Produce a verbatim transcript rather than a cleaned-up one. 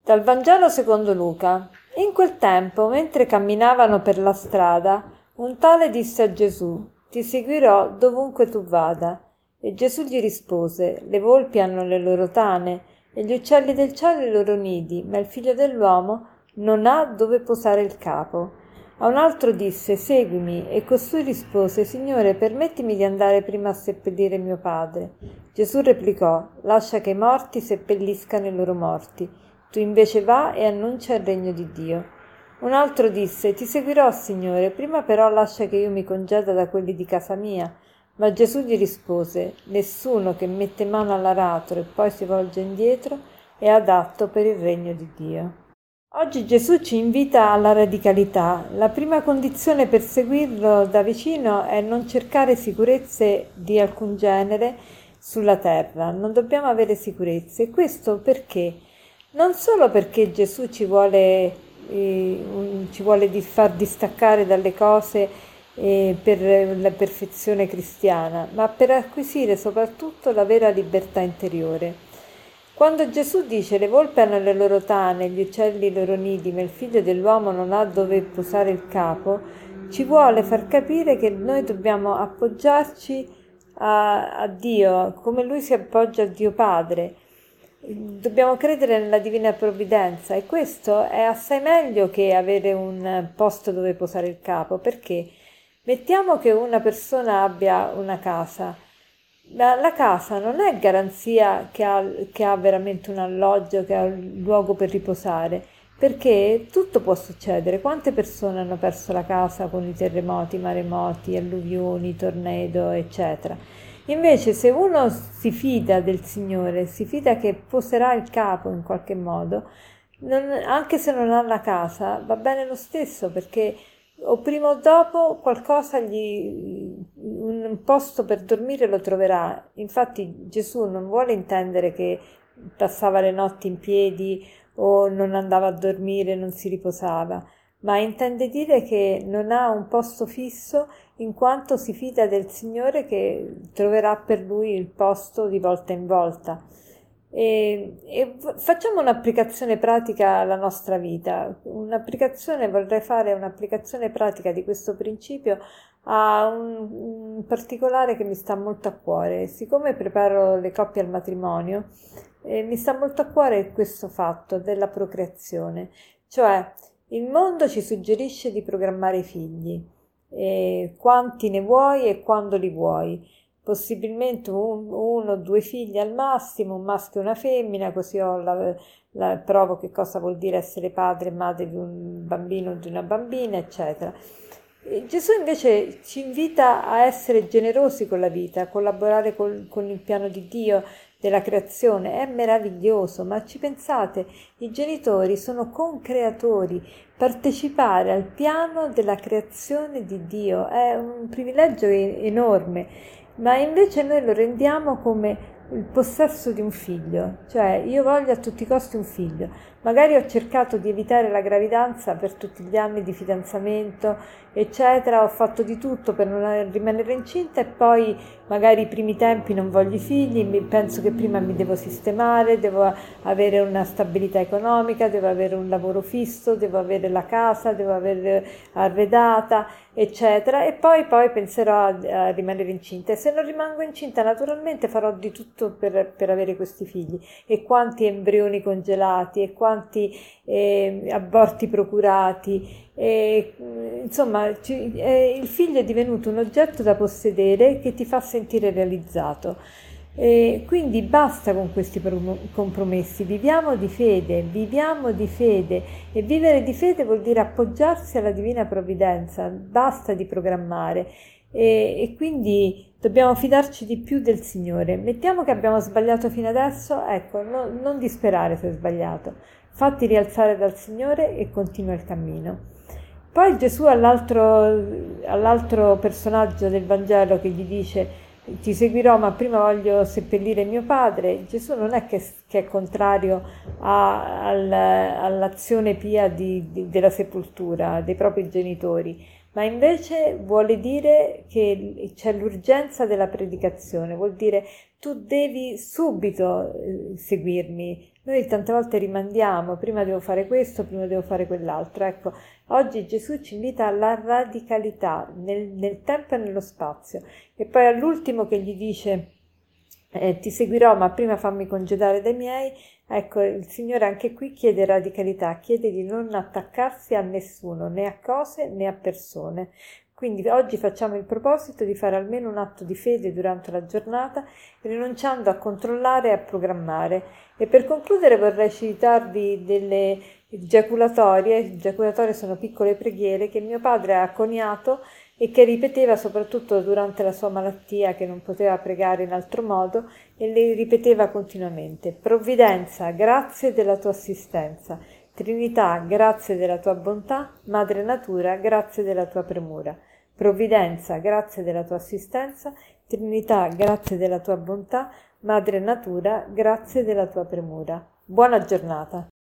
Dal Vangelo secondo Luca. In quel tempo, mentre camminavano per la strada, un tale disse a Gesù: «Ti seguirò dovunque tu vada». E Gesù gli rispose: «Le volpi hanno le loro tane e gli uccelli del cielo i loro nidi, ma il figlio dell'uomo non ha dove posare il capo». A un altro disse: «Seguimi». E costui rispose: «Signore, permettimi di andare prima a seppellire mio padre». Gesù replicò: «Lascia che i morti seppelliscano i loro morti. Tu invece va e annuncia il regno di Dio». Un altro disse: «Ti seguirò, Signore, prima però lascia che io mi congeda da quelli di casa mia». Ma Gesù gli rispose: «Nessuno che mette mano all'aratro e poi si volge indietro è adatto per il regno di Dio». Oggi Gesù ci invita alla radicalità. La prima condizione per seguirlo da vicino è non cercare sicurezze di alcun genere sulla terra. Non dobbiamo avere sicurezze. Questo perché? Non solo perché Gesù ci vuole, eh, ci vuole di far distaccare dalle cose eh, per la perfezione cristiana, ma per acquisire soprattutto la vera libertà interiore. Quando Gesù dice: «Le volpi hanno le loro tane, gli uccelli i loro nidi, ma il figlio dell'uomo non ha dove posare il capo», ci vuole far capire che noi dobbiamo appoggiarci a, a Dio, come Lui si appoggia a Dio Padre. Dobbiamo credere nella divina provvidenza, e questo è assai meglio che avere un posto dove posare il capo. Perché? Mettiamo che una persona abbia una casa. La, la casa non è garanzia che ha, che ha veramente un alloggio, che ha un luogo per riposare, perché tutto può succedere. Quante persone hanno perso la casa con i terremoti, maremoti, alluvioni, tornado, eccetera. Invece, se uno si fida del Signore, si fida che poserà il capo in qualche modo, non, anche se non ha la casa, va bene lo stesso, perché o prima o dopo qualcosa gli, un posto per dormire lo troverà. Infatti Gesù non vuole intendere che passava le notti in piedi o non andava a dormire, non si riposava, ma intende dire che non ha un posto fisso, in quanto si fida del Signore che troverà per lui il posto di volta in volta. E, e facciamo un'applicazione pratica alla nostra vita. Un'applicazione, vorrei fare un'applicazione pratica di questo principio a un, un particolare che mi sta molto a cuore. Siccome preparo le coppie al matrimonio, eh, mi sta molto a cuore questo fatto della procreazione. Cioè, il mondo ci suggerisce di programmare i figli, eh, quanti ne vuoi e quando li vuoi. Possibilmente un, uno o due figli al massimo, un maschio e una femmina, così ho la, la, provo che cosa vuol dire essere padre e madre di un bambino o di una bambina, eccetera. E Gesù invece ci invita a essere generosi con la vita, a collaborare col, con il piano di Dio, della creazione. È meraviglioso, ma ci pensate, i genitori sono concreatori. Partecipare al piano della creazione di Dio è un privilegio enorme, ma invece noi lo rendiamo come il possesso di un figlio. Cioè, io voglio a tutti i costi un figlio. Magari ho cercato di evitare la gravidanza per tutti gli anni di fidanzamento, eccetera, ho fatto di tutto per non rimanere incinta, e poi magari i primi tempi non voglio i figli, mi, penso che prima mi devo sistemare, devo avere una stabilità economica, devo avere un lavoro fisso, devo avere la casa, devo avere arredata, eccetera, e poi, poi penserò a, a rimanere incinta. E se non rimango incinta, naturalmente farò di tutto per, per avere questi figli. E quanti embrioni congelati, e quanti eh, aborti procurati. E, insomma, ci, eh, il figlio è divenuto un oggetto da possedere che ti fa sentire realizzato. E quindi basta con questi compromessi, viviamo di fede, viviamo di fede, e vivere di fede vuol dire appoggiarsi alla divina provvidenza, basta di programmare, e, e quindi dobbiamo fidarci di più del Signore. Mettiamo che abbiamo sbagliato fino adesso, ecco, no, non disperare se hai sbagliato, fatti rialzare dal Signore e continua il cammino. Poi Gesù all'altro, all'altro personaggio del Vangelo che gli dice: «Ti seguirò, ma prima voglio seppellire mio padre», Gesù non è che, che è contrario a, al, all'azione pia di, di, della sepoltura dei propri genitori, ma invece vuole dire che c'è l'urgenza della predicazione, vuol dire tu devi subito eh, seguirmi. Noi tante volte rimandiamo, prima devo fare questo, prima devo fare quell'altro. Ecco, oggi Gesù ci invita alla radicalità nel, nel tempo e nello spazio. E poi all'ultimo che gli dice eh, ti seguirò ma prima fammi congedare dai miei. Ecco, il Signore anche qui chiede radicalità, chiede di non attaccarsi a nessuno, né a cose né a persone. Quindi oggi facciamo il proposito di fare almeno un atto di fede durante la giornata, rinunciando a controllare e a programmare. E per concludere vorrei citarvi delle giaculatorie. Le giaculatorie sono piccole preghiere che mio padre ha coniato e che ripeteva soprattutto durante la sua malattia, che non poteva pregare in altro modo, e le ripeteva continuamente. Provvidenza, grazie della tua assistenza. Trinità, grazie della tua bontà. Madre Natura, grazie della tua premura. Provvidenza, grazie della tua assistenza. Trinità, grazie della tua bontà. Madre Natura, grazie della tua premura. Buona giornata.